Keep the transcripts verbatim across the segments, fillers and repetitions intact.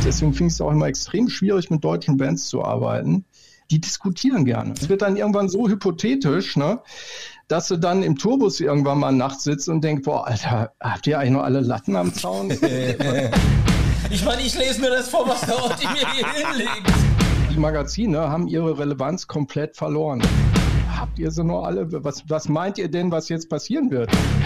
deswegen finde ich es auch immer extrem schwierig, mit deutschen Bands zu arbeiten. Die diskutieren gerne. Es wird dann irgendwann so hypothetisch, ne, dass du dann im Tourbus irgendwann mal nachts sitzt und denkst, boah, Alter, habt ihr eigentlich noch alle Latten am Zaun? Ich meine, ich lese mir das vor, was der Otti mir hier hinlegt. Die Magazine haben ihre Relevanz komplett verloren. Habt ihr sie noch alle? Was, was meint ihr denn, was jetzt passieren wird?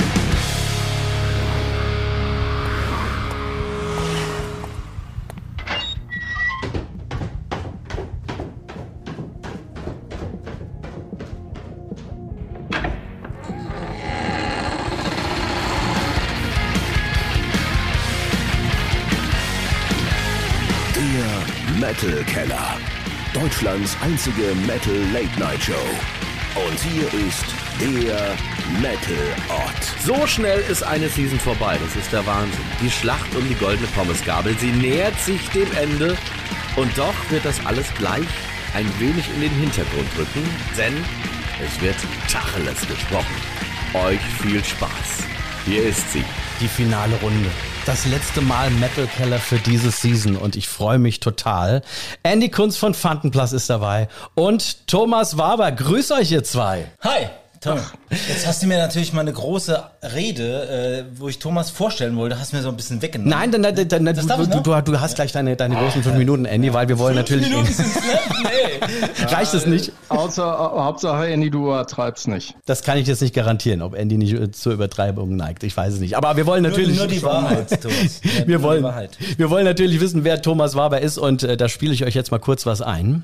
Metal Keller, Deutschlands einzige Metal Late Night Show. Und hier ist der Metal Ort. So schnell ist eine Season vorbei, das ist der Wahnsinn. Die Schlacht um die goldene Pommesgabel, sie nähert sich dem Ende. Und doch wird das alles gleich ein wenig in den Hintergrund rücken, denn es wird Tacheles gesprochen. Euch viel Spaß. Hier ist sie. Die finale Runde. Das letzte Mal Metal Keller für diese Season und ich freue mich total. Andy Kunz von Fantenplas ist dabei und Thomas Waber. Grüß euch ihr zwei. Hi. Tom, jetzt hast du mir natürlich mal eine große Rede, äh, wo ich Thomas vorstellen wollte, hast du mir so ein bisschen weggenommen. Nein, dann, dann, dann, dann du, du, du hast gleich deine, deine großen fünf Minuten, Andy, weil wir wollen fünf natürlich... Minuten sind nee. Reicht es nicht? Außer, Hauptsache, Andy, du übertreibst nicht. Das kann ich jetzt nicht garantieren, ob Andy nicht zur Übertreibung neigt. Ich weiß es nicht. Aber wir wollen natürlich... Nur, nur die Wahrheit, Thomas. Ja, wir, wollen, die Wahrheit. wir wollen natürlich wissen, wer Thomas Waber ist und äh, da spiele ich euch jetzt mal kurz was ein.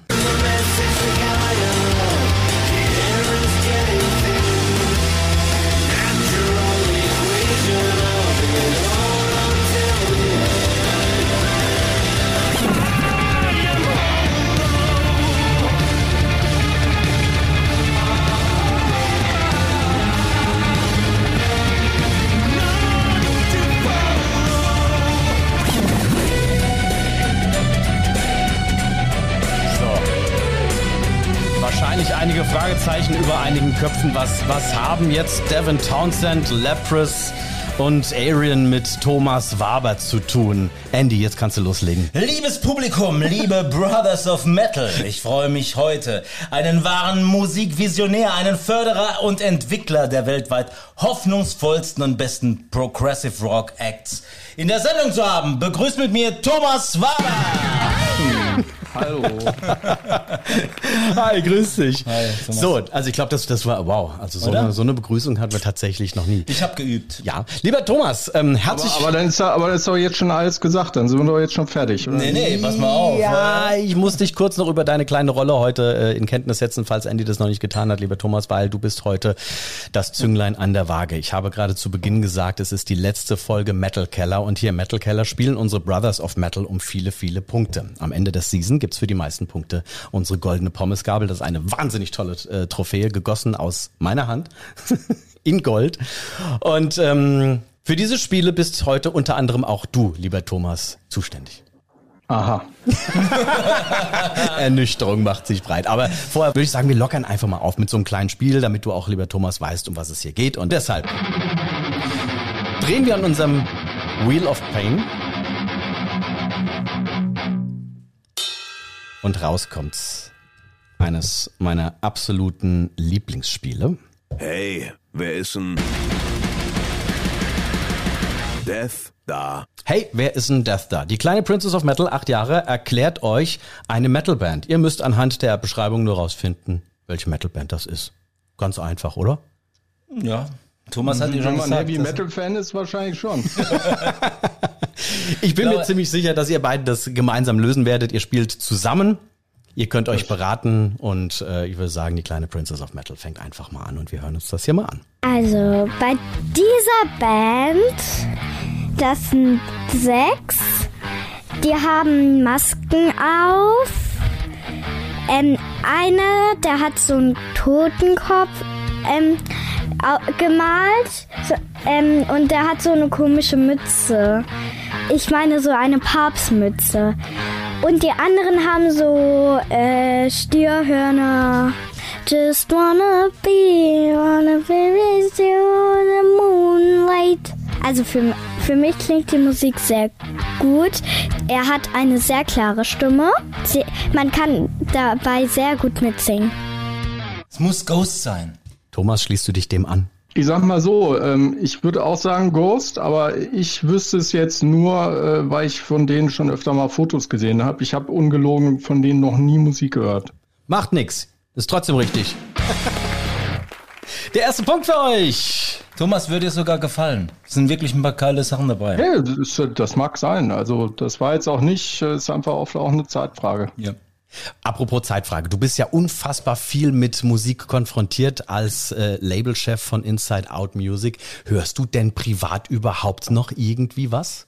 Einige Fragezeichen über einigen Köpfen. Was, was haben jetzt Devin Townsend, Leprous und Arian mit Thomas Waber zu tun? Andy, jetzt kannst du loslegen. Liebes Publikum, liebe Brothers of Metal, ich freue mich heute, einen wahren Musikvisionär, einen Förderer und Entwickler der weltweit hoffnungsvollsten und besten Progressive Rock Acts in der Sendung zu haben. Begrüßt mit mir Thomas Waber. Hallo. Hi, grüß dich. Hi, Thomas. So, also ich glaube, das, das war, wow, also so eine, so eine Begrüßung hatten wir tatsächlich noch nie. Ich habe geübt. Ja, lieber Thomas, ähm, herzlich... Aber, aber, dann ist da, aber das ist doch jetzt schon alles gesagt, dann sind wir doch jetzt schon fertig, oder? Nee, nee, pass mal auf. Ja, ich muss dich kurz noch über deine kleine Rolle heute äh, in Kenntnis setzen, falls Andy das noch nicht getan hat, lieber Thomas, weil du bist heute das Zünglein an der Waage. Ich habe gerade zu Beginn gesagt, es ist die letzte Folge Metal Keller und hier im Metal Keller spielen unsere Brothers of Metal um viele, viele Punkte. Am Ende der Season gibt's für die meisten Punkte unsere goldene Pommesgabel. Das ist eine wahnsinnig tolle äh, Trophäe, gegossen aus meiner Hand in Gold. Und ähm, für diese Spiele bist heute unter anderem auch du, lieber Thomas, zuständig. Aha. Ernüchterung macht sich breit. Aber vorher würde ich sagen, wir lockern einfach mal auf mit so einem kleinen Spiel, damit du auch, lieber Thomas, weißt, um was es hier geht. Und deshalb drehen wir an unserem Wheel of Pain. Und raus kommt's. Eines meiner absoluten Lieblingsspiele. Hey, wer ist denn Death da? Hey, wer ist denn Death da? Die kleine Princess of Metal, acht Jahre, erklärt euch eine Metalband. Ihr müsst anhand der Beschreibung nur rausfinden, welche Metalband das ist. Ganz einfach, oder? Ja, Thomas hat dir schon gesagt. Wenn man gesagt, Heavy Metal Fan ist, wahrscheinlich schon. Ich bin glaube, mir ziemlich sicher, dass ihr beide das gemeinsam lösen werdet. Ihr spielt zusammen. Ihr könnt euch beraten und äh, ich würde sagen, die kleine Princess of Metal fängt einfach mal an und wir hören uns das hier mal an. Also bei dieser Band, das sind sechs, die haben Masken auf. Ähm, einer, der hat so einen Totenkopf ähm, gemalt so, ähm, und der hat so eine komische Mütze. Ich meine so eine Papstmütze. Und die anderen haben so äh, Stierhörner. Just wanna be, wanna be with you in the moonlight. Also für, Für mich klingt die Musik sehr gut. Er hat eine sehr klare Stimme. Sie, man kann dabei sehr gut mitsingen. Es muss Ghost sein. Thomas, schließt du dich dem an? Ich sag mal so, ähm, ich würde auch sagen Ghost, aber ich wüsste es jetzt nur, äh, weil ich von denen schon öfter mal Fotos gesehen habe. Ich habe ungelogen von denen noch nie Musik gehört. Macht nix. Ist trotzdem richtig. Der erste Punkt für euch. Thomas, würde dir sogar gefallen. Es sind wirklich ein paar geile Sachen dabei. Hey, das, das mag sein. Also das war jetzt auch nicht, ist einfach oft auch eine Zeitfrage. Ja. Apropos Zeitfrage, du bist ja unfassbar viel mit Musik konfrontiert als äh, Labelchef von Inside Out Music. Hörst du denn privat überhaupt noch irgendwie was?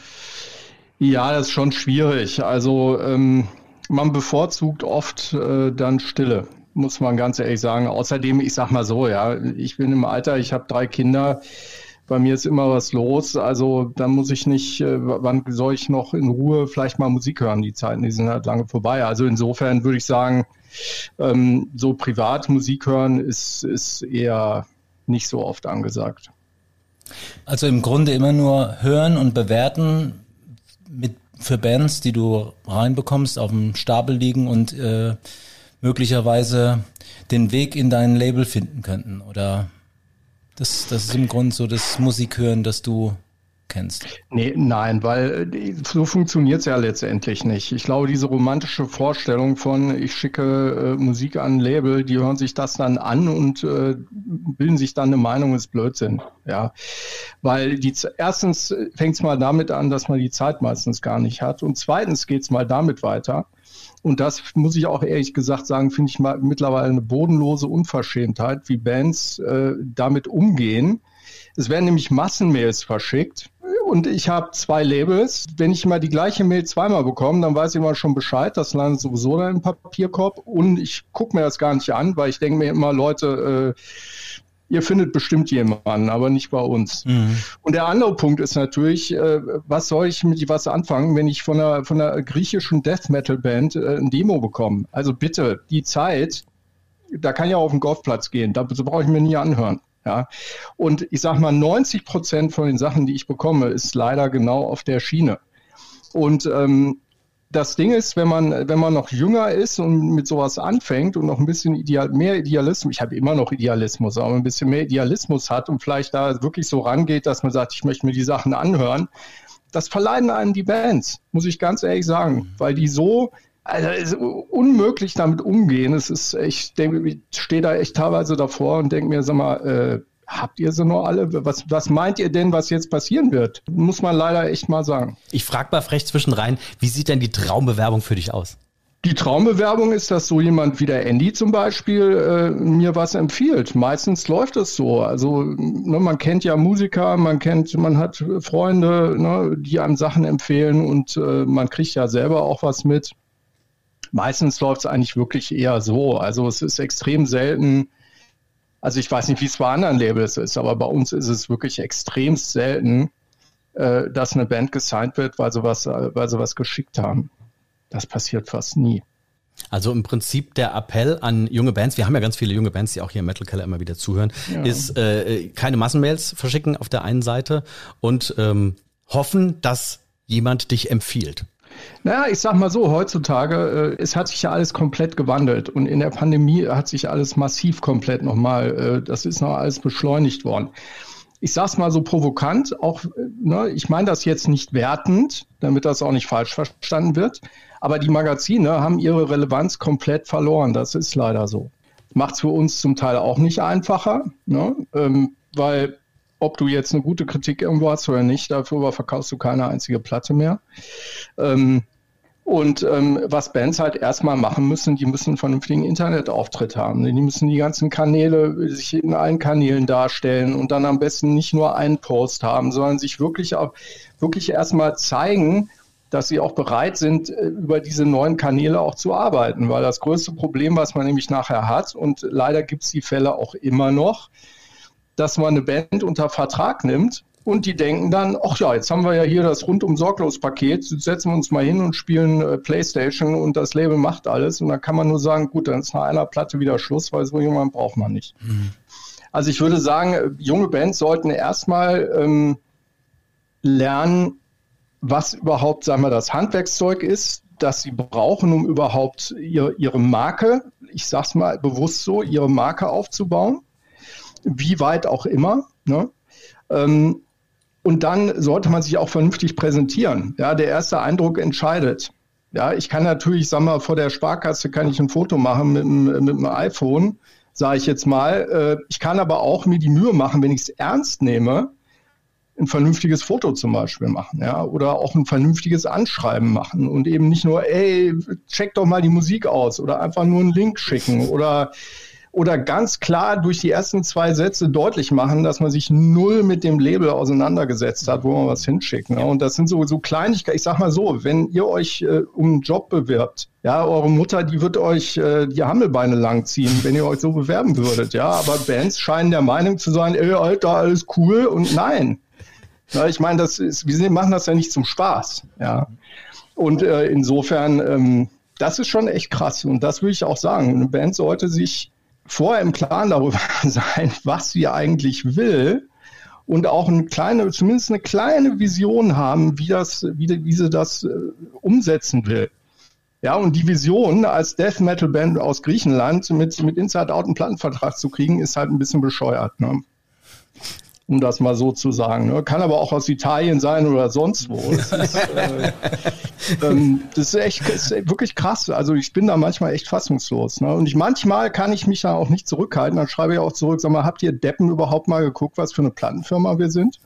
Ja, das ist schon schwierig. Also ähm, man bevorzugt oft äh, dann Stille, muss man ganz ehrlich sagen. Außerdem, ich sag mal so, ja, ich bin im Alter, ich habe drei Kinder. Bei mir ist immer was los, also da muss ich nicht, äh, wann soll ich noch in Ruhe vielleicht mal Musik hören? Die Zeiten, die sind halt lange vorbei. Also insofern würde ich sagen, ähm, so privat Musik hören ist, ist eher nicht so oft angesagt. Also im Grunde immer nur hören und bewerten mit für Bands, die du reinbekommst, auf dem Stapel liegen und äh, möglicherweise den Weg in dein Label finden könnten, oder? Das, das ist im Grunde so das Musikhören, das du kennst. Nee, nein, weil so funktioniert es ja letztendlich nicht. Ich glaube, diese romantische Vorstellung von, ich schicke äh, Musik an ein Label, die hören sich das dann an und äh, bilden sich dann eine Meinung, ist Blödsinn. Ja, weil die erstens fängt es mal damit an, dass man die Zeit meistens gar nicht hat, und zweitens geht es mal damit weiter. Und das muss ich auch ehrlich gesagt sagen, finde ich mal mittlerweile eine bodenlose Unverschämtheit, wie Bands äh, damit umgehen. Es werden nämlich Massenmails verschickt und ich habe zwei Labels. Wenn ich mal die gleiche Mail zweimal bekomme, dann weiß ich immer schon Bescheid. Das landet sowieso dann im Papierkorb und ich gucke mir das gar nicht an, weil ich denke mir immer, Leute, äh, ihr findet bestimmt jemanden, aber nicht bei uns. Mhm. Und der andere Punkt ist natürlich, äh, was soll ich mit was anfangen, wenn ich von einer, von einer griechischen Death-Metal-Band äh, ein Demo bekomme? Also bitte, die Zeit, da kann ich ja auf den Golfplatz gehen, da brauche ich mir nie anhören. Ja. Und ich sag mal, neunzig Prozent von den Sachen, die ich bekomme, ist leider genau auf der Schiene. Und ähm, das Ding ist, wenn man, wenn man noch jünger ist und mit sowas anfängt und noch ein bisschen Ideal, mehr Idealismus, ich habe immer noch Idealismus, aber ein bisschen mehr Idealismus hat und vielleicht da wirklich so rangeht, dass man sagt, ich möchte mir die Sachen anhören, das verleiden einem die Bands, muss ich ganz ehrlich sagen, weil die so, also es ist unmöglich damit umgehen. Es ist echt, ich stehe da echt teilweise davor und denke mir, sag mal, äh, habt ihr sie noch alle? Was, was meint ihr denn, was jetzt passieren wird? Muss man leider echt mal sagen. Ich frage mal frech zwischenrein, wie sieht denn die Traumbewerbung für dich aus? Die Traumbewerbung ist, dass so jemand wie der Andy zum Beispiel äh, mir was empfiehlt. Meistens läuft es so. Also ne, man kennt ja Musiker, man kennt, man hat Freunde, ne, die einem Sachen empfehlen und äh, man kriegt ja selber auch was mit. Meistens läuft es eigentlich wirklich eher so. Also es ist extrem selten. Also ich weiß nicht, wie es bei anderen Labels ist, aber bei uns ist es wirklich extrem selten, äh, dass eine Band gesigned wird, weil sie was, weil sie was geschickt haben. Das passiert fast nie. Also im Prinzip der Appell an junge Bands, wir haben ja ganz viele junge Bands, die auch hier im Metal Keller immer wieder zuhören, ja. ist äh, keine Massenmails verschicken auf der einen Seite und ähm, hoffen, dass jemand dich empfiehlt. Naja, ich sag mal so, heutzutage, äh, es hat sich ja alles komplett gewandelt und in der Pandemie hat sich alles massiv komplett nochmal, äh, das ist noch alles beschleunigt worden. Ich sag's mal so provokant, auch, ne, ich meine das jetzt nicht wertend, damit das auch nicht falsch verstanden wird, aber die Magazine haben ihre Relevanz komplett verloren, das ist leider so. Macht's für uns zum Teil auch nicht einfacher, ne, ähm, weil ob du jetzt eine gute Kritik irgendwo hast oder nicht, dafür verkaufst du keine einzige Platte mehr. Ähm, und ähm, was Bands halt erstmal machen müssen, die müssen einen vernünftigen Internetauftritt haben. Die müssen die ganzen Kanäle, sich in allen Kanälen darstellen und dann am besten nicht nur einen Post haben, sondern sich wirklich auch, wirklich erstmal zeigen, dass sie auch bereit sind, über diese neuen Kanäle auch zu arbeiten. Weil das größte Problem, was man nämlich nachher hat, und leider gibt es die Fälle auch immer noch, dass man eine Band unter Vertrag nimmt und die denken dann, ach ja, jetzt haben wir ja hier das Rundum-Sorglos-Paket, setzen wir uns mal hin und spielen äh, Playstation und das Label macht alles. Und dann kann man nur sagen, gut, dann ist nach einer Platte wieder Schluss, weil so jemanden braucht man nicht. Mhm. Also ich würde sagen, junge Bands sollten erstmal ähm, lernen, was überhaupt, sagen wir, das Handwerkszeug ist, das sie brauchen, um überhaupt ihre, ihre Marke, ich sag's mal bewusst so, ihre Marke aufzubauen, wie weit auch immer, ne? Ähm, und dann sollte man sich auch vernünftig präsentieren. Ja, der erste Eindruck entscheidet. Ja, ich kann natürlich, sag mal, vor der Sparkasse kann ich ein Foto machen mit dem, mit dem iPhone, sage ich jetzt mal. Ich kann aber auch mir die Mühe machen, wenn ich es ernst nehme, ein vernünftiges Foto zum Beispiel machen, ja, oder auch ein vernünftiges Anschreiben machen und eben nicht nur, ey, check doch mal die Musik aus oder einfach nur einen Link schicken oder Oder ganz klar durch die ersten zwei Sätze deutlich machen, dass man sich null mit dem Label auseinandergesetzt hat, wo man was hinschickt. Ne? Und das sind so, so Kleinigkeiten. Ich sag mal so, wenn ihr euch äh, um einen Job bewirbt, ja, eure Mutter, die wird euch äh, die Hammelbeine langziehen, wenn ihr euch so bewerben würdet. Ja, aber Bands scheinen der Meinung zu sein, ey, Alter, alles cool. Und nein. Ja, ich meine, das ist, wir machen das ja nicht zum Spaß. Ja. Und äh, insofern, ähm, das ist schon echt krass. Und das würde ich auch sagen. Eine Band sollte sich vorher im Klaren darüber sein, was sie eigentlich will und auch eine kleine, zumindest eine kleine Vision haben, wie das, wie, wie sie das äh, umsetzen will. Ja, und die Vision als Death Metal Band aus Griechenland mit, mit Inside Out einen Plattenvertrag zu kriegen, ist halt ein bisschen bescheuert, ne? Um das mal so zu sagen. Ne? Kann aber auch aus Italien sein oder sonst wo. Das ist, äh, ähm, das ist echt ist wirklich krass. Also ich bin da manchmal echt fassungslos. Ne? Und ich, manchmal kann ich mich da auch nicht zurückhalten. Dann schreibe ich auch zurück, sag mal, habt ihr Deppen überhaupt mal geguckt, was für eine Plattenfirma wir sind?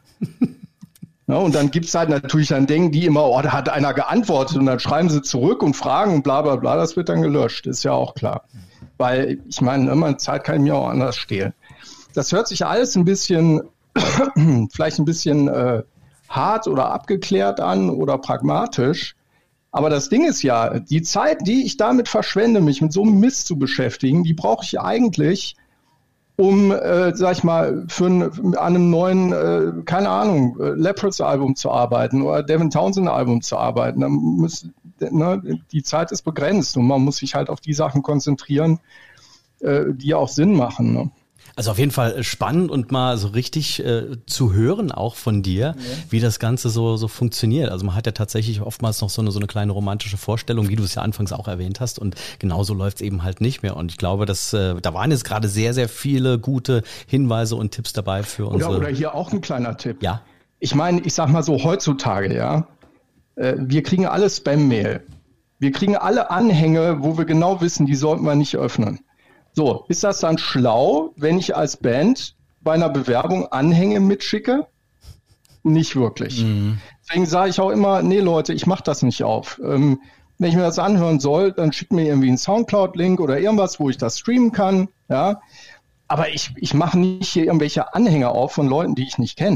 Ja, und dann gibt es halt natürlich dann Dinge, die immer, oh, da hat einer geantwortet und dann schreiben sie zurück und fragen und bla bla bla, das wird dann gelöscht. Ist ja auch klar. Weil ich meine, meine Zeit kann ich mir auch anders stehlen. Das hört sich alles ein bisschen vielleicht ein bisschen äh, hart oder abgeklärt an oder pragmatisch. Aber das Ding ist ja, die Zeit, die ich damit verschwende, mich mit so einem Mist zu beschäftigen, die brauche ich eigentlich, um, äh, sag ich mal, für ein, an einem neuen, äh, keine Ahnung, Leprous-Album zu arbeiten oder Devin Townsend-Album zu arbeiten. Dann muss, ne, die Zeit ist begrenzt und man muss sich halt auf die Sachen konzentrieren, äh, die auch Sinn machen, ne? Also auf jeden Fall spannend und mal so richtig äh, zu hören auch von dir, ja, wie das Ganze so so funktioniert. Also man hat ja tatsächlich oftmals noch so eine so eine kleine romantische Vorstellung, wie du es ja anfangs auch erwähnt hast, und genauso läuft es eben halt nicht mehr. Und ich glaube, dass äh, da waren jetzt gerade sehr, sehr viele gute Hinweise und Tipps dabei für unsere... Oder, oder hier auch ein kleiner Tipp. Ja. Ich meine, ich sag mal so, heutzutage, ja, äh, wir kriegen alle Spam-Mail. Wir kriegen alle Anhänge, wo wir genau wissen, die sollten wir nicht öffnen. So, ist das dann schlau, wenn ich als Band bei einer Bewerbung Anhänge mitschicke? Nicht wirklich. Mhm. Deswegen sage ich auch immer, nee Leute, ich mache das nicht auf. Ähm, wenn ich mir das anhören soll, dann schickt mir irgendwie einen Soundcloud-Link oder irgendwas, wo ich das streamen kann. Ja, aber ich, ich mache nicht hier irgendwelche Anhänge auf von Leuten, die ich nicht kenne.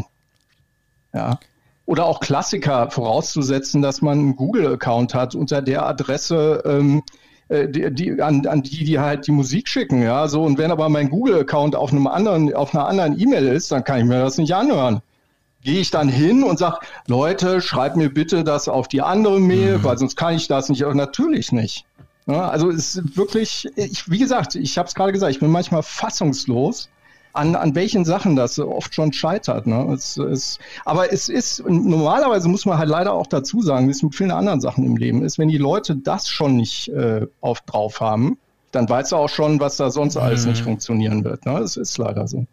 Ja. Oder auch Klassiker vorauszusetzen, dass man einen Google-Account hat unter der Adresse, ähm, Die, die, an, an die, die halt die Musik schicken, ja, so. Und wenn aber mein Google-Account auf einem anderen, auf einer anderen E-Mail ist, dann kann ich mir das nicht anhören. Gehe ich dann hin und sage, Leute, schreibt mir bitte das auf die andere Mail, mhm. weil sonst kann ich das nicht. Natürlich nicht. Ja, also es ist wirklich, ich, wie gesagt, ich habe es gerade gesagt, ich bin manchmal fassungslos, an, an welchen Sachen das oft schon scheitert. Ne? Es, es, aber es ist, normalerweise muss man halt leider auch dazu sagen, wie es mit vielen anderen Sachen im Leben ist, wenn die Leute das schon nicht äh, auf drauf haben, dann weißt du auch schon, was da sonst alles mhm. nicht funktionieren wird. Ne? Es ist leider so.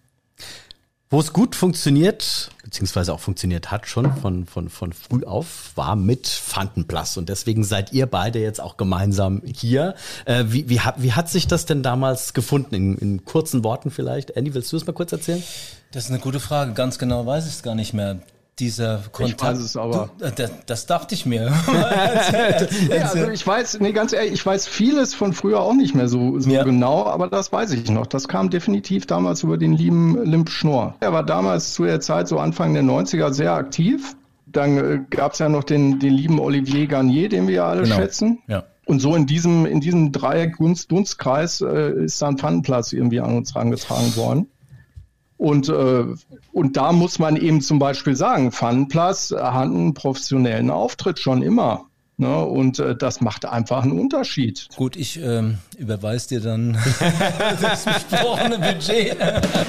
Wo es gut funktioniert, beziehungsweise auch funktioniert hat schon von, von, von früh auf, war mit Fantenplus. Und deswegen seid ihr beide jetzt auch gemeinsam hier. Äh, wie, wie, hat, wie hat sich das denn damals gefunden? In, in kurzen Worten vielleicht. Andy, willst du es mal kurz erzählen? Das ist eine gute Frage. Ganz genau weiß ich es gar nicht mehr. Dieser Kontakt. Ich weiß es aber. Du, das, das dachte ich mir. ja, also ich weiß, nee, ganz ehrlich, ich weiß vieles von früher auch nicht mehr so, so ja. genau, aber das weiß ich noch. Das kam definitiv damals über den lieben Limp Schnorr. Er war damals zu der Zeit, so Anfang der neunziger, sehr aktiv. Dann äh, gab es ja noch den, den lieben Olivier Garnier, den wir ja alle genau. schätzen. Ja. Und so in diesem, in diesem Dreieck-Dunstkreis äh, ist dann Fantenplus irgendwie an uns herangetragen worden. Und, äh, und da muss man eben zum Beispiel sagen, Fantenplus hat einen professionellen Auftritt schon immer. Ne? Und äh, das macht einfach einen Unterschied. Gut, ich ähm, überweise dir dann das besprochene Budget.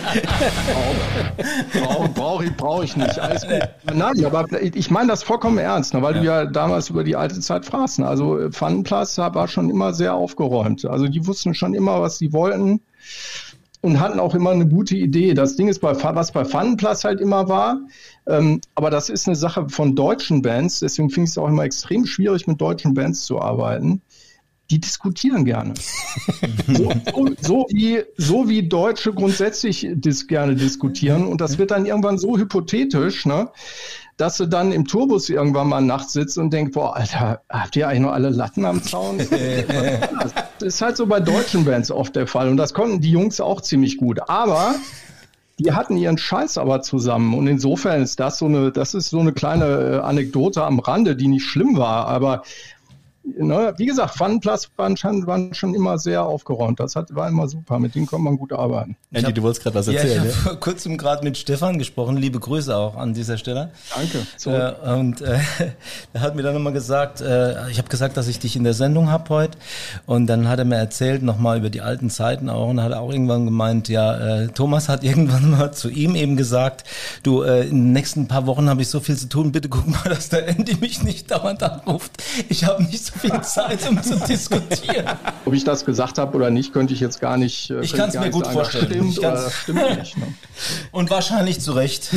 Brauche brauch ich, brauch ich nicht. Alles gut. Nein, aber ich meine das vollkommen ernst, ne? Weil ja. du ja damals über die alte Zeit fragst. Ne? Also Pfannenplatz war schon immer sehr aufgeräumt. Also die wussten schon immer, was sie wollten. Und hatten auch immer eine gute Idee. Das Ding ist, bei, was bei Pfannenplatz halt immer war, ähm, aber das ist eine Sache von deutschen Bands, deswegen finde ich es auch immer extrem schwierig, mit deutschen Bands zu arbeiten. Die diskutieren gerne. so, so, so, wie, so wie Deutsche grundsätzlich dis- gerne diskutieren. Und das wird dann irgendwann so hypothetisch, ne, dass du dann im Tourbus irgendwann mal nachts sitzt und denkst, boah, Alter, habt ihr eigentlich noch alle Latten am Zaun? Das ist halt so bei deutschen Bands oft der Fall. Und das konnten die Jungs auch ziemlich gut. Aber die hatten ihren Scheiß aber zusammen. Und insofern ist das so eine, das ist so eine kleine Anekdote am Rande, die nicht schlimm war. Aber ne, wie gesagt, Pfannenplatz waren schon, waren schon immer sehr aufgeräumt. Das hat, war immer super. Mit denen konnte man gut arbeiten. Andy, du wolltest gerade was erzählen. Ja, ich habe vor kurzem gerade mit Stefan gesprochen. Liebe Grüße auch an dieser Stelle. Danke. Äh, und äh, er hat mir dann nochmal gesagt, äh, ich habe gesagt, dass ich dich in der Sendung habe heute. Und dann hat er mir erzählt, nochmal über die alten Zeiten auch. Und hat er auch irgendwann gemeint, ja, äh, Thomas hat irgendwann mal zu ihm eben gesagt, du, äh, in den nächsten paar Wochen habe ich so viel zu tun. Bitte guck mal, dass der Andy mich nicht dauernd anruft. Ich habe nicht so viel Zeit, um zu diskutieren. Ob ich das gesagt habe oder nicht, könnte ich jetzt gar nicht. Ich kann es mir gut sagen, vorstellen. Das stimmt ich oder das stimmt nicht. Ne? Und wahrscheinlich zu Recht.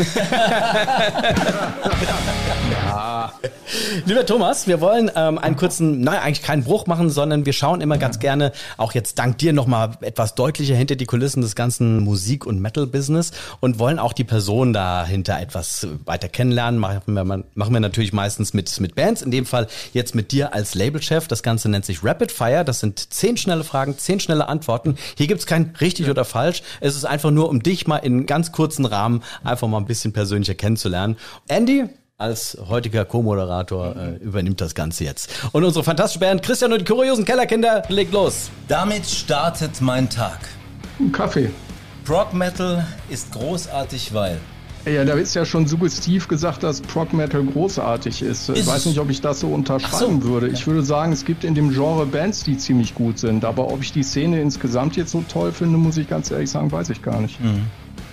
Ja. Lieber Thomas, wir wollen ähm, einen kurzen, nein, eigentlich keinen Bruch machen, sondern wir schauen immer ganz gerne, auch jetzt dank dir nochmal etwas deutlicher hinter die Kulissen des ganzen Musik- und Metal-Business und wollen auch die Person dahinter etwas weiter kennenlernen. Machen wir, machen wir natürlich meistens mit, mit Bands, in dem Fall jetzt mit dir als Labelchef. Das Ganze nennt sich Rapid Fire. Das sind zehn schnelle Fragen, zehn schnelle Antworten. Hier gibt's kein richtig oder falsch. Es ist einfach nur, um dich mal in ganz kurzen Rahmen einfach mal ein bisschen persönlicher kennenzulernen. Andy, als heutiger Co-Moderator, äh, übernimmt das Ganze jetzt. Und unsere fantastische Band Christian und die kuriosen Kellerkinder legt los. Damit startet mein Tag. Ein Kaffee. Prog Metal ist großartig, weil... Ja, da ist ja schon suggestiv gesagt, dass Prog Metal großartig ist. Ich ist weiß nicht, ob ich das so unterschreiben so. würde. Ich würde sagen, es gibt in dem Genre Bands, die ziemlich gut sind. Aber ob ich die Szene insgesamt jetzt so toll finde, muss ich ganz ehrlich sagen, weiß ich gar nicht. Mhm.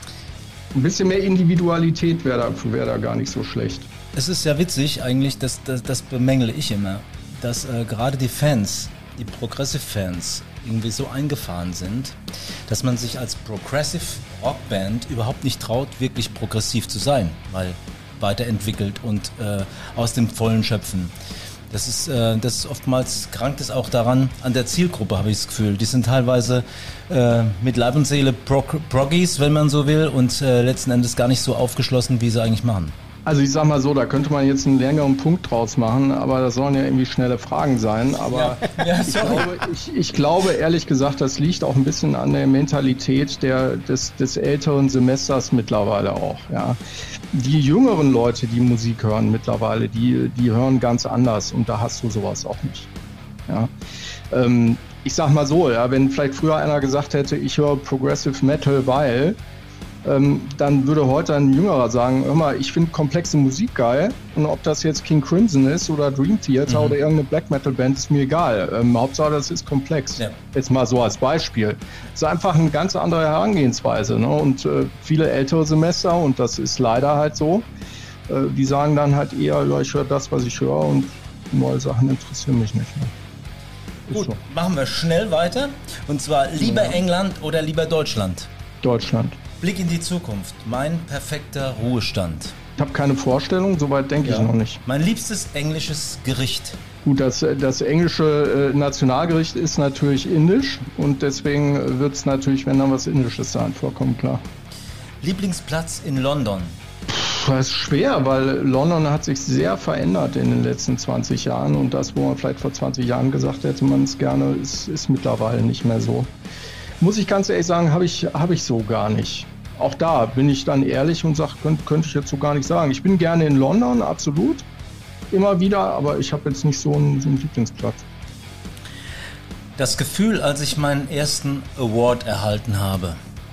Ein bisschen mehr Individualität wäre da, wär da gar nicht so schlecht. Es ist ja witzig eigentlich, das, das, das bemängle ich immer, dass äh, gerade die Fans, die Progressive-Fans, irgendwie so eingefahren sind, dass man sich als Progressive Rockband überhaupt nicht traut, wirklich progressiv zu sein, weil weiterentwickelt und äh, aus dem Vollen schöpfen. Das ist, äh, das ist oftmals, krankt es auch daran, an der Zielgruppe habe ich das Gefühl. Die sind teilweise äh, mit Leib und Seele Prog- Proggies, wenn man so will, und äh, letzten Endes gar nicht so aufgeschlossen, wie sie eigentlich machen. Also ich sag mal so, da könnte man jetzt einen längeren Punkt draus machen, aber das sollen ja irgendwie schnelle Fragen sein. Aber ja, ja, ich, glaube, ich, ich glaube ehrlich gesagt, das liegt auch ein bisschen an der Mentalität der, des, des älteren Semesters mittlerweile auch. Ja. Die jüngeren Leute, die Musik hören mittlerweile, die, die hören ganz anders und da hast du sowas auch nicht. Ja. Ähm, ich sag mal so, ja, wenn vielleicht früher einer gesagt hätte, ich höre Progressive Metal, weil... Ähm, dann würde heute ein Jüngerer sagen, hör mal, ich finde komplexe Musik geil und ob das jetzt King Crimson ist oder Dream Theater mhm. oder irgendeine Black Metal Band, ist mir egal. Ähm, Hauptsache, das ist komplex. Ja. Jetzt mal so als Beispiel. Es ist einfach eine ganz andere Herangehensweise. Ne? Und äh, viele ältere Semester, und das ist leider halt so, äh, die sagen dann halt eher, ja, ich höre das, was ich höre und neue Sachen interessieren mich nicht. Ne? Gut, so. Machen wir schnell weiter. Und zwar lieber ja. England oder lieber Deutschland? Deutschland. Blick in die Zukunft. Mein perfekter Ruhestand. Ich habe keine Vorstellung, soweit denke ja. ich noch nicht. Mein liebstes englisches Gericht. Gut, das, das englische äh, Nationalgericht ist natürlich indisch und deswegen wird es natürlich, wenn dann was Indisches sein, vollkommen klar. Lieblingsplatz in London. Puh, das ist schwer, weil London hat sich sehr verändert in den letzten zwanzig Jahren und das, wo man vielleicht vor zwanzig Jahren gesagt hätte, man es gerne, ist, ist mittlerweile nicht mehr so. Muss ich ganz ehrlich sagen, habe ich, hab ich so gar nicht. Auch da bin ich dann ehrlich und sage, könnte könnt ich jetzt so gar nicht sagen. Ich bin gerne in London, absolut, immer wieder, aber ich habe jetzt nicht so einen, so einen Lieblingsplatz. Das Gefühl, als ich meinen ersten Award erhalten habe.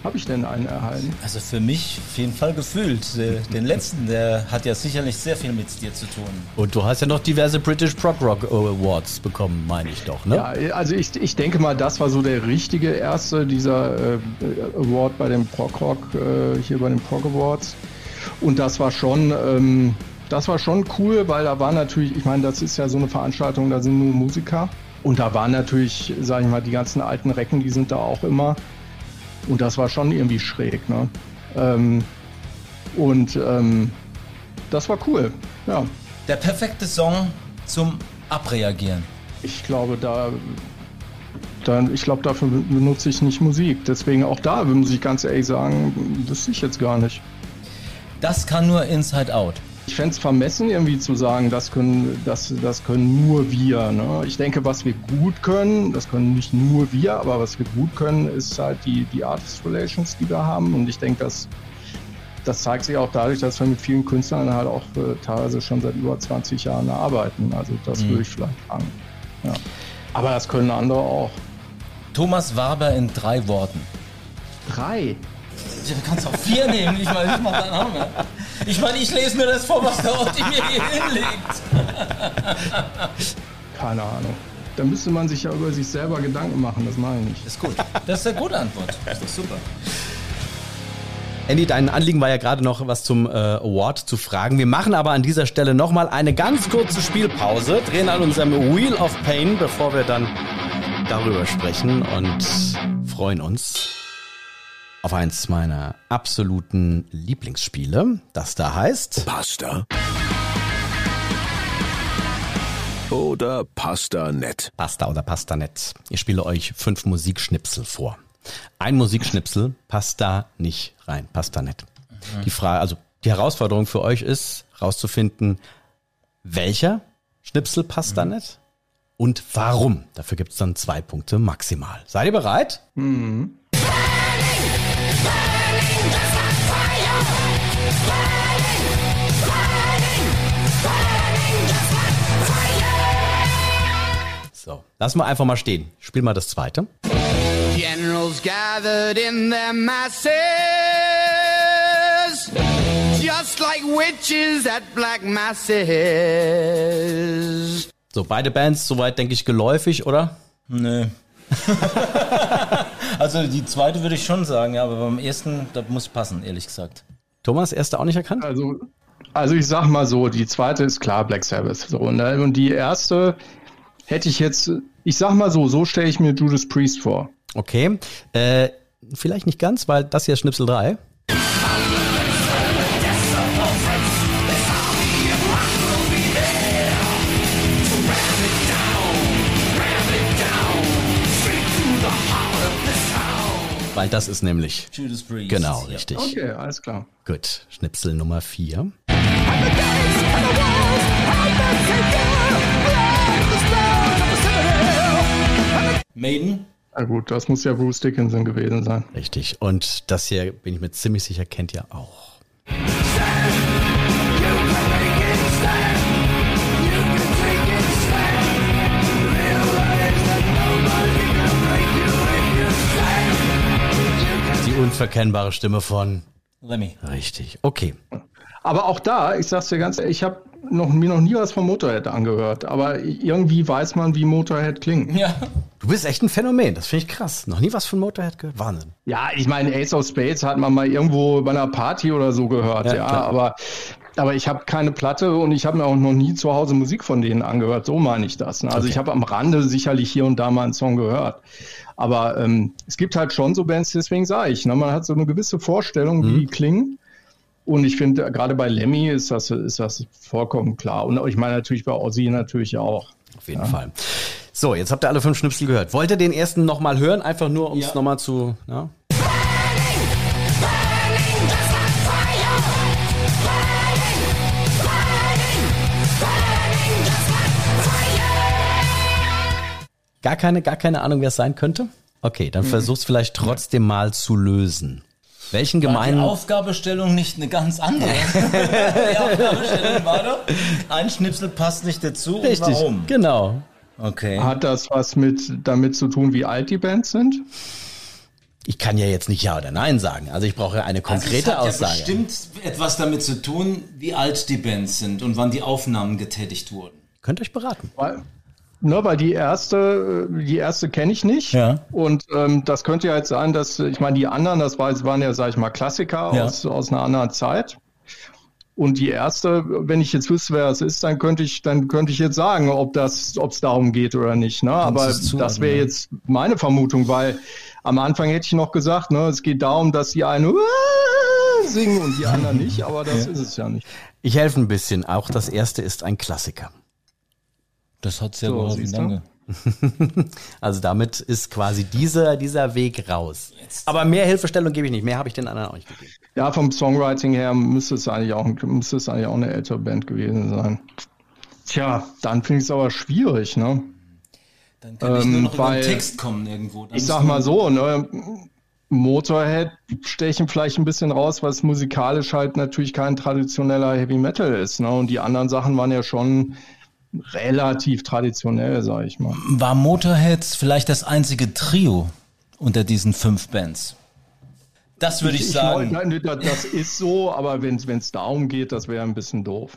Habe ich denn einen erhalten? Also für mich auf jeden Fall gefühlt. Den letzten, der hat ja sicherlich sehr viel mit dir zu tun. Und du hast ja noch diverse British Prog Rock Awards bekommen, meine ich doch, ne? Ja, also ich, ich denke mal, das war so der richtige erste, dieser äh, Award bei dem Prog Rock, äh, hier bei den Prog Awards. Und das war schon, ähm, das war schon cool, weil da war natürlich, ich meine, das ist ja so eine Veranstaltung, da sind nur Musiker. Und da waren natürlich, sag ich mal, die ganzen alten Recken, die sind da auch immer. Und das war schon irgendwie schräg, ne? Ähm, und ähm, das war cool, ja. Der perfekte Song zum Abreagieren. Ich glaube, da, da ich glaube, dafür benutze ich nicht Musik. Deswegen auch da, muss ich ganz ehrlich sagen, wüsste ich jetzt gar nicht. Das kann nur Inside Out. Ich fände es vermessen, irgendwie zu sagen, das können, das, das können nur wir. Ne? Ich denke, was wir gut können, das können nicht nur wir, aber was wir gut können, ist halt die, die Artist Relations, die wir haben. Und ich denke, das, das zeigt sich auch dadurch, dass wir mit vielen Künstlern halt auch äh, teilweise schon seit über zwanzig Jahren arbeiten. Also das mhm. würde ich vielleicht sagen. Ja. Aber das können andere auch. Thomas Warber in drei Worten. Drei? Ja, du kannst auch vier nehmen, ich meine, ich mach dann auch mehr. Ich meine, ich lese mir das vor, was der Otti mir hier hinlegt. Keine Ahnung. Da müsste man sich ja über sich selber Gedanken machen, das mache ich nicht. Das ist gut. Das ist eine gute Antwort. Das ist super. Andy, dein Anliegen war ja gerade noch was zum äh, Award zu fragen. Wir machen aber an dieser Stelle nochmal eine ganz kurze Spielpause, drehen an unserem Wheel of Pain, bevor wir dann darüber sprechen und freuen uns auf eins meiner absoluten Lieblingsspiele, das da heißt Pasta oder Pasta Net. Pasta oder Pasta Net. Ich spiele euch fünf Musikschnipsel vor. Ein Musikschnipsel passt da nicht rein, passt da nicht. Mhm. Die Frage, also die Herausforderung für euch ist, rauszufinden, welcher Schnipsel passt mhm. da nicht und warum. Dafür gibt es dann zwei Punkte maximal. Seid ihr bereit? Mhm. So, lassen wir einfach mal stehen. Spiel mal das zweite. Generals gathered in their masses, just like witches at black masses. So, beide Bands, soweit denke ich geläufig, oder? Nö. Also die zweite würde ich schon sagen, ja, aber beim ersten, das muss passen, ehrlich gesagt. Thomas, erste auch nicht erkannt? Also, also ich sag mal so, die zweite ist klar Black Sabbath. So, ne? Und die erste hätte ich jetzt, ich sag mal so, so stelle ich mir Judas Priest vor. Okay, äh, vielleicht nicht ganz, weil das hier ist Schnipsel drei. Weil das ist nämlich Judas Priest. Genau, richtig. Okay, alles klar. Gut, Schnipsel Nummer vier. Maiden? Na gut, das muss ja Bruce Dickinson gewesen sein. Richtig. Und das hier, bin ich mir ziemlich sicher, kennt ihr auch. Die unverkennbare Stimme von Lemmy. Richtig, okay. Aber auch da, ich sag's dir ganz ehrlich, ich habe noch, mir noch nie was von Motorhead angehört, aber irgendwie weiß man, wie Motorhead klingt. Ja. Du bist echt ein Phänomen, das finde ich krass. Noch nie was von Motorhead gehört? Wahnsinn. Ja, ich meine, Ace of Spades hat man mal irgendwo bei einer Party oder so gehört, ja, ja aber, aber ich habe keine Platte und ich habe mir auch noch nie zu Hause Musik von denen angehört, so meine ich das. Ne? Also okay. Ich habe am Rande sicherlich hier und da mal einen Song gehört. Aber ähm, es gibt halt schon so Bands, deswegen sage ich, ne? Man hat so eine gewisse Vorstellung, wie mhm. die klingen. Und ich finde, gerade bei Lemmy ist das, ist das vollkommen klar. Und ich meine natürlich bei Ozzy natürlich auch. Auf jeden ja. Fall. So, jetzt habt ihr alle fünf Schnipsel gehört. Wollt ihr den ersten nochmal hören? Einfach nur, um es ja. nochmal zu... Ja? Gar keine, gar keine Ahnung, wer es sein könnte? Okay, dann mhm. versuch's vielleicht trotzdem mal zu lösen. Welchen gemeinen... War die Aufgabestellung nicht eine ganz andere? Die Aufgabestellung war doch, ein Schnipsel passt nicht dazu. Richtig, und warum? Genau. Okay. Hat das was mit damit zu tun, wie alt die Bands sind? Ich kann ja jetzt nicht Ja oder Nein sagen. Also ich brauche eine konkrete also es hat Aussage. Ja bestimmt etwas damit zu tun, wie alt die Bands sind und wann die Aufnahmen getätigt wurden. Könnt euch beraten. Weil, ne, weil die erste, die erste kenne ich nicht. Ja. Und ähm, das könnte ja jetzt sein, dass, ich meine, die anderen, das war, das waren ja, sag ich mal, Klassiker Ja. aus, aus einer anderen Zeit. Und die erste, wenn ich jetzt wüsste, wer es ist, dann könnte ich, dann könnte ich jetzt sagen, ob das, ob es darum geht oder nicht. Ne? Aber es zuordnen, das wäre ja. jetzt meine Vermutung, weil am Anfang hätte ich noch gesagt, ne, es geht darum, dass die einen singen und die anderen nicht, aber das ist es ja nicht. Ich helfe ein bisschen. Auch das erste ist ein Klassiker. Das hat sehr So, geholfen, siehst du? danke. Also damit ist quasi dieser, dieser Weg raus. Aber mehr Hilfestellung gebe ich nicht. Mehr habe ich den anderen auch nicht gegeben. Ja, vom Songwriting her müsste es eigentlich auch, müsste es eigentlich auch eine ältere Band gewesen sein. Tja, dann finde ich es aber schwierig, ne? Dann könnte ich nur Ähm, noch über weil- den Text kommen irgendwo. Dann Ich ist sag nur- mal so, ne? Motorhead stechen vielleicht ein bisschen raus, was musikalisch halt natürlich kein traditioneller Heavy Metal ist, ne? Und die anderen Sachen waren ja schon relativ traditionell, sag ich mal. War Motorhead vielleicht das einzige Trio unter diesen fünf Bands? Das würde ich, sagen. nein, nein, das das ist so, aber wenn es darum geht, das wäre ein bisschen doof.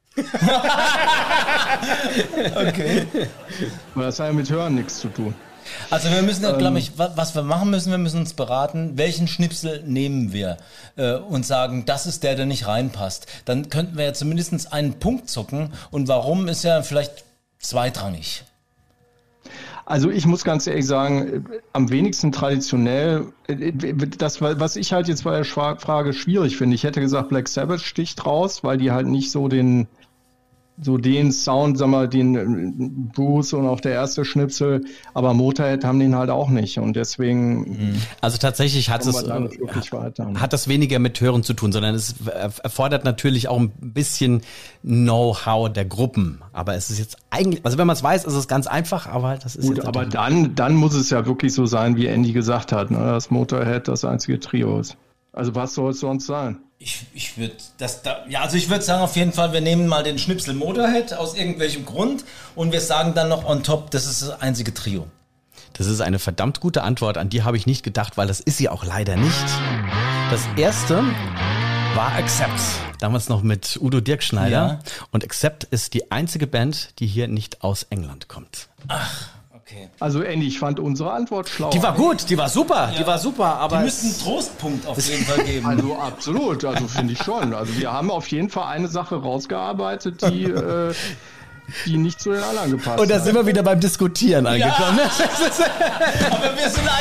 Okay. Weil das hat ja mit Hören nichts zu tun. Also wir müssen, Ähm. glaube ich, wa- was wir machen müssen, wir müssen uns beraten, welchen Schnipsel nehmen wir äh, und sagen, das ist der, der nicht reinpasst. Dann könnten wir ja zumindest einen Punkt zucken und warum ist ja vielleicht zweitrangig. Also ich muss ganz ehrlich sagen, äh, am wenigsten traditionell, äh, das, was ich halt jetzt bei der Schwa- Frage schwierig finde, ich hätte gesagt, Black Sabbath sticht raus, weil die halt nicht so den, so den Sound, sag mal, den äh, Bruce und auch der erste Schnipsel, aber Motorhead haben den halt auch nicht und deswegen Also tatsächlich hat kommen es, wir da nicht wirklich weiter. hat das weniger mit Hören zu tun, sondern es erfordert natürlich auch ein bisschen Know-how der Gruppen. Aber es ist jetzt eigentlich, also wenn man es weiß, ist es ganz einfach, aber das ist Gut, jetzt aber natürlich- dann, dann muss es ja wirklich so sein, wie Andy gesagt hat, ne, dass Motorhead das einzige Trio ist. Also was soll es sonst sein? Ich, ich würde das da, ja, also ich würde sagen auf jeden Fall, wir nehmen mal den Schnipsel Motorhead aus irgendwelchem Grund und wir sagen dann noch on top, das ist das einzige Trio. Das ist eine verdammt gute Antwort, an die habe ich nicht gedacht, weil das ist sie auch leider nicht. Das erste war Accept, damals noch mit Udo Dirkschneider. Ja. Und Accept ist die einzige Band, die hier nicht aus England kommt. Okay. Also Andy, ich fand unsere Antwort schlau. Die war gut, die war super, die war super, aber Die müssten einen Trostpunkt auf jeden Fall geben. Also absolut, also finde ich schon. Also wir haben auf jeden Fall eine Sache rausgearbeitet, die, äh, die nicht zu den anderen gepasst und da hat. sind wir wieder beim Diskutieren angekommen. Aber wir sind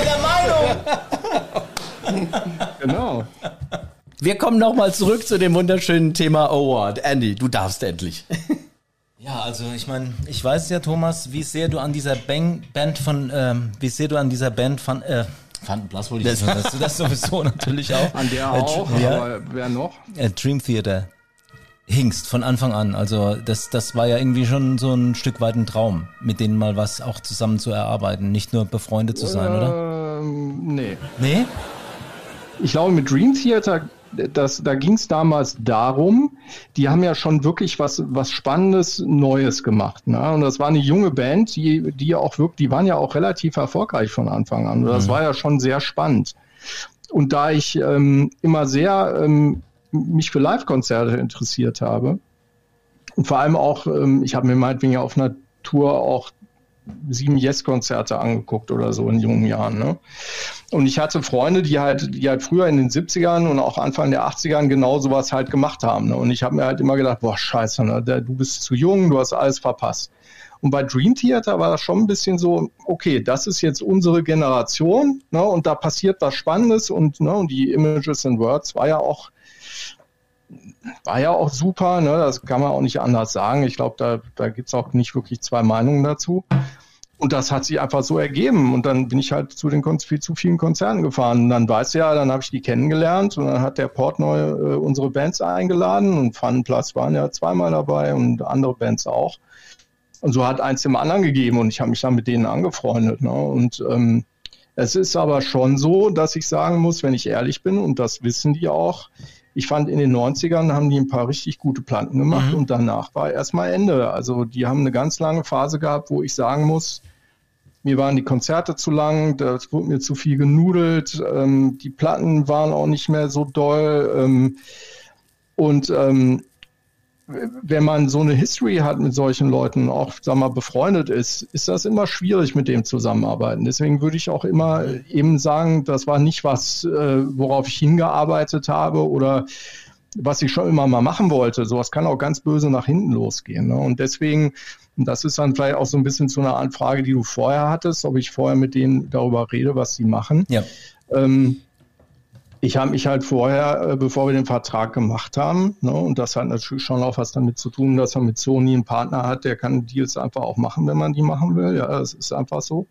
einer Meinung. Genau. Wir kommen nochmal zurück zu dem wunderschönen Thema Award. Andy, du darfst endlich. Ja, also ich meine, ich weiß ja, Thomas, wie sehr du an dieser Bang Band von, ähm, wie sehr du an dieser Band von, äh, Van Blas wollte ich sagen, dass du das sowieso natürlich auch. An der Äh, auch, ja. aber wer noch? Äh, Dream Theater hingst von Anfang an. Also das, das war ja irgendwie schon so ein Stück weit ein Traum, mit denen mal was auch zusammen zu erarbeiten, nicht nur befreundet zu sein, oder? Ähm, nee. Nee? Ich glaube, mit Dream Theater, das, da ging es damals darum, die haben ja schon wirklich was, was Spannendes, Neues gemacht. Ne? Und das war eine junge Band, die, die auch wirklich, die waren ja auch relativ erfolgreich von Anfang an. Und das war ja schon sehr spannend. Und da ich ähm, immer sehr ähm, mich für Live-Konzerte interessiert habe und vor allem auch, ähm, ich habe mir meinetwegen ja auf einer Tour auch sieben Yes-Konzerte angeguckt oder so in jungen Jahren. Ne? Und ich hatte Freunde, die halt, die halt früher in den siebzigern und auch Anfang der achtzigern genau sowas halt gemacht haben. Ne? Und ich habe mir halt immer gedacht, boah, scheiße, ne? Der, du bist zu jung, du hast alles verpasst. Und bei Dream Theater war das schon ein bisschen so, okay, das ist jetzt unsere Generation, ne? Und da passiert was Spannendes und, ne? Und die Images and Words war ja auch war ja auch super, ne? Das kann man auch nicht anders sagen. Ich glaube, da, da gibt es auch nicht wirklich zwei Meinungen dazu. Und das hat sich einfach so ergeben. Und dann bin ich halt zu den Kon- viel zu vielen Konzerten gefahren. Und dann weiß ja, dann habe ich die kennengelernt und dann hat der Portnoy äh, unsere Bands eingeladen und Pfannenplatz waren ja zweimal dabei und andere Bands auch. Und so hat eins dem anderen gegeben und ich habe mich dann mit denen angefreundet. Ne? Und ähm, es ist aber schon so, dass ich sagen muss, wenn ich ehrlich bin, und das wissen die auch, ich fand, in den neunzigern haben die ein paar richtig gute Platten gemacht, mhm, und danach war erstmal Ende. Also die haben eine ganz lange Phase gehabt, wo ich sagen muss, mir waren die Konzerte zu lang, das wurde mir zu viel genudelt, ähm, die Platten waren auch nicht mehr so doll. Ähm, und ähm, wenn man so eine History hat mit solchen Leuten, auch, sag mal, befreundet ist, ist das immer schwierig, mit dem zusammenarbeiten. Deswegen würde ich auch immer eben sagen, das war nicht was, äh, worauf ich hingearbeitet habe oder was ich schon immer mal machen wollte. Sowas kann auch ganz böse nach hinten losgehen. Ne? Und deswegen, und das ist dann vielleicht auch so ein bisschen zu einer Anfrage, die du vorher hattest, ob ich vorher mit denen darüber rede, was sie machen. Ja. Ähm, Ich habe mich halt vorher, bevor wir den Vertrag gemacht haben, ne, und das hat natürlich schon auch was damit zu tun, dass man mit Sony einen Partner hat, der kann Deals einfach auch machen, wenn man die machen will. Ja, das ist einfach so.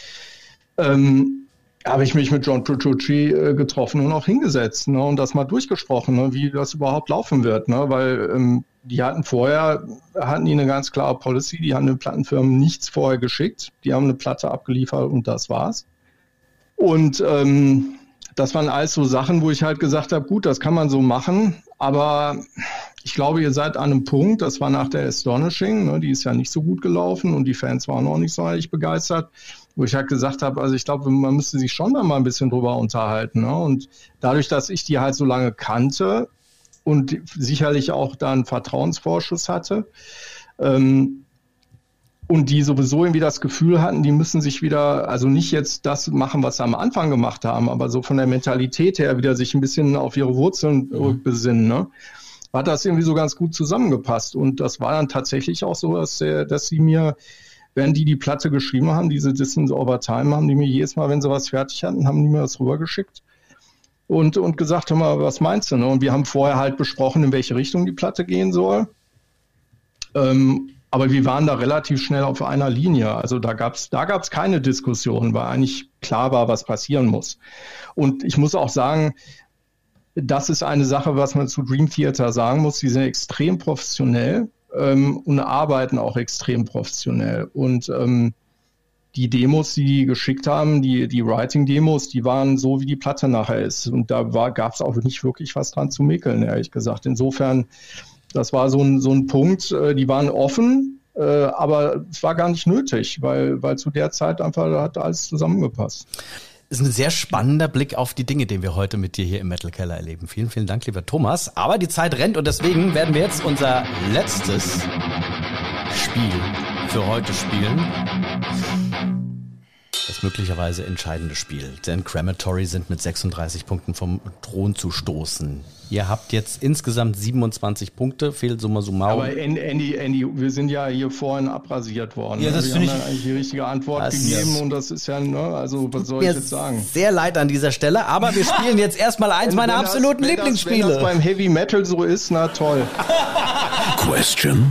Ähm, habe ich mich mit John Petrucci äh, getroffen und auch hingesetzt, ne, und das mal durchgesprochen, ne, wie das überhaupt laufen wird. Ne, weil ähm, die hatten vorher, hatten die eine ganz klare Policy, die haben den Plattenfirmen nichts vorher geschickt. Die haben eine Platte abgeliefert und das war's. Und ähm, das waren alles so Sachen, wo ich halt gesagt habe, gut, das kann man so machen, aber ich glaube, ihr seid an einem Punkt, das war nach der Astonishing, ne, die ist ja nicht so gut gelaufen und die Fans waren auch nicht so eigentlich begeistert, wo ich halt gesagt habe, also ich glaube, man müsste sich schon da mal ein bisschen drüber unterhalten. Ne? Und dadurch, dass ich die halt so lange kannte und sicherlich auch da einen Vertrauensvorschuss hatte, ähm, und die sowieso irgendwie das Gefühl hatten, die müssen sich wieder, also nicht jetzt das machen, was sie am Anfang gemacht haben, aber so von der Mentalität her wieder sich ein bisschen auf ihre Wurzeln mhm. besinnen, ne? Hat das irgendwie so ganz gut zusammengepasst. Und das war dann tatsächlich auch so, dass, der, dass sie mir, während die die Platte geschrieben haben, diese Distance Over Time, haben die mir jedes Mal, wenn sie was fertig hatten, haben die mir das rübergeschickt und, und gesagt, hör mal, was meinst du? Ne? Und wir haben vorher halt besprochen, in welche Richtung die Platte gehen soll. Ähm, Aber wir waren da relativ schnell auf einer Linie. Also da gab's da gab's keine Diskussion, weil eigentlich klar war, was passieren muss. Und ich muss auch sagen, das ist eine Sache, was man zu Dream Theater sagen muss. Die sind extrem professionell ähm, und arbeiten auch extrem professionell. Und ähm, die Demos, die die geschickt haben, die, die Writing-Demos, die waren so, wie die Platte nachher ist. Und da gab es auch nicht wirklich was dran zu mäkeln, ehrlich gesagt. Insofern, das war so ein, so ein Punkt, die waren offen, aber es war gar nicht nötig, weil, weil zu der Zeit einfach da hat alles zusammengepasst. Das ist ein sehr spannender Blick auf die Dinge, den wir heute mit dir hier im Metal Keller erleben. Vielen, vielen Dank, lieber Thomas. Aber die Zeit rennt und deswegen werden wir jetzt unser letztes Spiel für heute spielen. Das möglicherweise entscheidende Spiel. Denn Crematory sind mit sechsunddreißig Punkten vom Thron zu stoßen. Ihr habt jetzt insgesamt siebenundzwanzig Punkte, fehlt summa summarum. Aber Andy, Andy, wir sind ja hier vorhin abrasiert worden. Ja, das wir finde haben ich ja eigentlich die richtige Antwort das gegeben und das ist ja, ne, also was soll ich jetzt sagen? Sehr leid an dieser Stelle, aber wir spielen jetzt erstmal eins Wenn- meiner wenn das- absoluten wenn Lieblingsspiele. Das, wenn das beim Heavy Metal so ist, na toll. Question.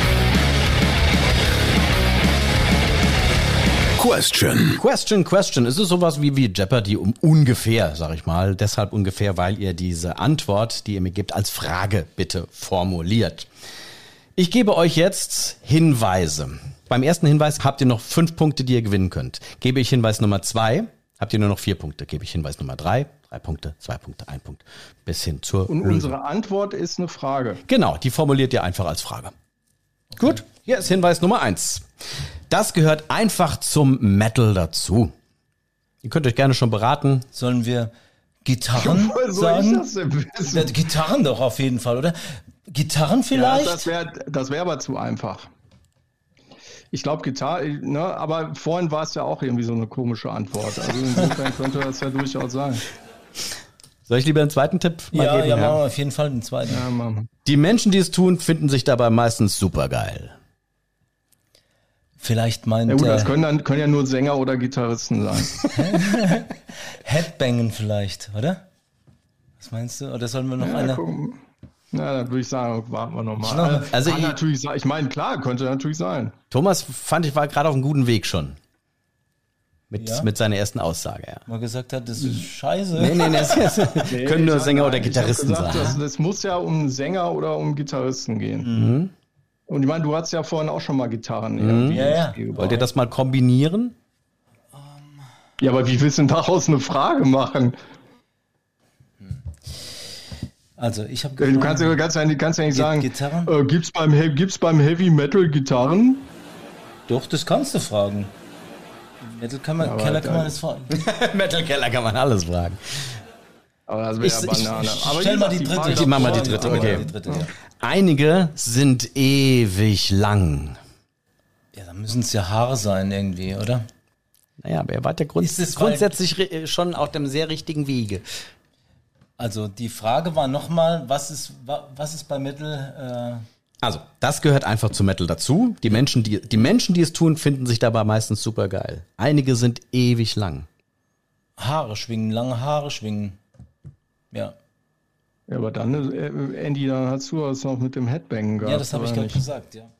Question. Question, Question. Es ist sowas wie, wie Jeopardy um ungefähr, sag ich mal. Deshalb ungefähr, weil ihr diese Antwort, die ihr mir gebt, als Frage bitte formuliert. Ich gebe euch jetzt Hinweise. Beim ersten Hinweis habt ihr noch fünf Punkte, die ihr gewinnen könnt. Gebe ich Hinweis Nummer zwei, habt ihr nur noch vier Punkte. Gebe ich Hinweis Nummer drei, drei Punkte, zwei Punkte, ein Punkt. Bis hin zur Und Lösung. unsere Antwort ist eine Frage. Genau, die formuliert ihr einfach als Frage. Gut, hier ist Hinweis Nummer eins. Das gehört einfach zum Metal dazu. Ihr könnt euch gerne schon beraten. Sollen wir Gitarren Woher soll sagen? ich das denn wissen? Ja, Gitarren doch auf jeden Fall, oder? Gitarren Ja, vielleicht? das wäre das wär aber zu einfach. Ich glaube, Gitarre, ne, aber vorhin war es ja auch irgendwie so eine komische Antwort. Also insofern könnte das ja durchaus sein. Soll ich lieber einen zweiten Tipp mal ja, geben? ja, machen wir auf jeden Fall den zweiten. Ja, Mann. Die Menschen, die es tun, finden sich dabei meistens supergeil. Vielleicht meint Ja gut, das äh, können dann können ja nur Sänger oder Gitarristen sein. Headbangen vielleicht, oder? Was meinst du? Oder sollen wir noch Ja, eine? gucken. Na, dann würde ich sagen, warten wir nochmal. noch- Also, also kann ich- natürlich sein. Ich meine, klar, könnte natürlich sein. Thomas, fand ich, war gerade auf einem guten Weg schon. Mit, Ja? mit seiner ersten Aussage, ja. Mal gesagt hat, das ist scheiße. Nee, nee, nee, es Nee, können nur ich hab- Sänger oder nein, ich hab Gitarristen gesagt, sein. Das, das muss ja um Sänger oder um Gitarristen gehen. Mhm. Und ich meine, du hast ja vorhin auch schon mal Gitarren irgendwie Ja, ja. ins Spiel gebracht. Wollt ihr das mal kombinieren? Ja, aber wie willst du denn daraus eine Frage machen? Also ich habe Du kannst ja ganz ja, kannst ja nicht Gi- sagen, Gitarren? äh, gibt's beim, He- gibt's beim Heavy Metal Gitarren? Doch, das kannst du fragen. Metal kann man, aber Keller kann man dann- das fragen. Metal Keller kann man alles fragen. Aber das wäre Ich- ja ich- Banane. ich aber stell wie mal gesagt, die dritte. Frage Ich Ich mach mal die davor, dritte, aber- okay. Die dritte, ja. Einige sind ewig lang. Ja, dann müssen es ja Haare sein irgendwie, oder? Naja, aber er war der Grund, Ist es, weil- grundsätzlich ri- schon auf dem sehr richtigen Wege. Also die Frage war nochmal, was ist, wa- was ist bei Metal, Also, das gehört einfach zu Metal dazu. Die Menschen, die, die Menschen, die es tun, finden sich dabei meistens super geil. Einige sind ewig lang. äh, Haare schwingen, lange Haare schwingen. Ja, Ja, aber dann, äh, Andy, dann hast du das noch mit dem Headbangen gehabt. ja das habe ich oder gerade nicht? gesagt, ja.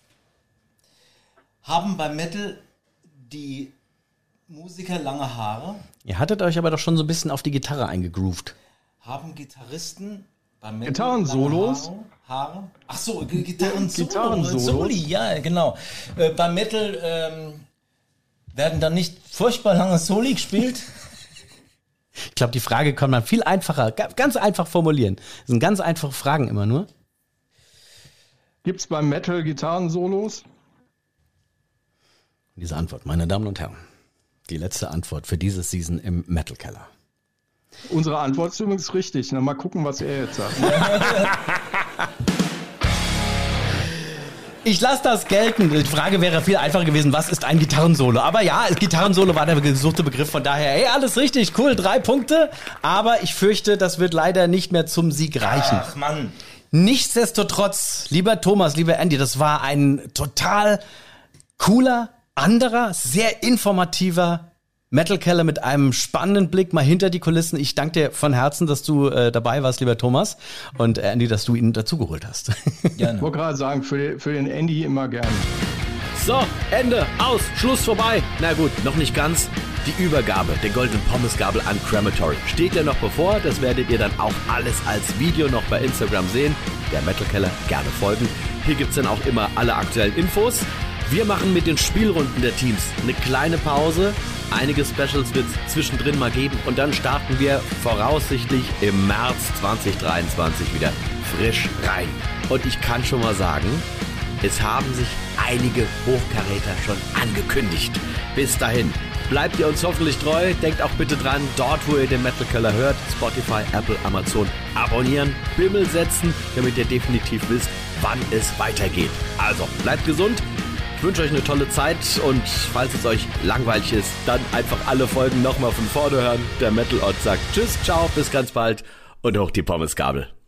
Haben bei Metal die Musiker lange Haare? Ihr hattet euch aber doch schon so ein bisschen auf die Gitarre eingegroovt. Haben Gitarristen bei Metal Gitarrensolos? lange Haare? Haare? Ach so, G- Gitarrensolos. Gitarrensolos. Soli, ja, genau. Äh, bei Metal ähm, werden dann nicht furchtbar lange Soli gespielt? Ich glaube, die Frage kann man viel einfacher, ga- ganz einfach formulieren. Das sind ganz einfache Fragen immer nur. Gibt's beim Metal Gitarrensolos? Diese Antwort, meine Damen und Herren. Die letzte Antwort für diese Season im Metal Keller. Unsere Antwort ist übrigens richtig. Na, mal gucken, was er jetzt sagt. Ich lasse das gelten. Die Frage wäre viel einfacher gewesen, was ist ein Gitarrensolo? Aber ja, Gitarrensolo war der gesuchte Begriff, von daher, hey, alles richtig, cool, drei Punkte. Aber ich fürchte, das wird leider nicht mehr zum Sieg reichen. Ach Mann. Nichtsdestotrotz, lieber Thomas, lieber Andy, das war ein total cooler, anderer, sehr informativer Metal Keller mit einem spannenden Blick mal hinter die Kulissen. Ich danke dir von Herzen, dass du äh, dabei warst, lieber Thomas. Und äh, Andy, dass du ihn dazugeholt hast. Ich Gerne. wollte gerade sagen, für, für den Andy immer gern. So, Ende, aus, Schluss vorbei. Na gut, noch nicht ganz. Die Übergabe der goldenen Pommesgabel an Crematory steht ja noch bevor. Das werdet ihr dann auch alles als Video noch bei Instagram sehen. Der Metal Keller, gerne folgen. Hier gibt's dann auch immer alle aktuellen Infos. Wir machen mit den Spielrunden der Teams eine kleine Pause. Einige Specials wird es zwischendrin mal geben. Und dann starten wir voraussichtlich im März zwanzig dreiundzwanzig wieder frisch rein. Und ich kann schon mal sagen, es haben sich einige Hochkaräter schon angekündigt. Bis dahin, bleibt ihr uns hoffentlich treu. Denkt auch bitte dran, dort wo ihr den Metal Keller hört, Spotify, Apple, Amazon, abonnieren, Bimmel setzen, damit ihr definitiv wisst, wann es weitergeht. Also, bleibt gesund. Ich wünsche euch eine tolle Zeit und falls es euch langweilig ist, dann einfach alle Folgen nochmal von vorne hören. Der Metal Ott sagt Tschüss, ciao, bis ganz bald und hoch die Pommesgabel.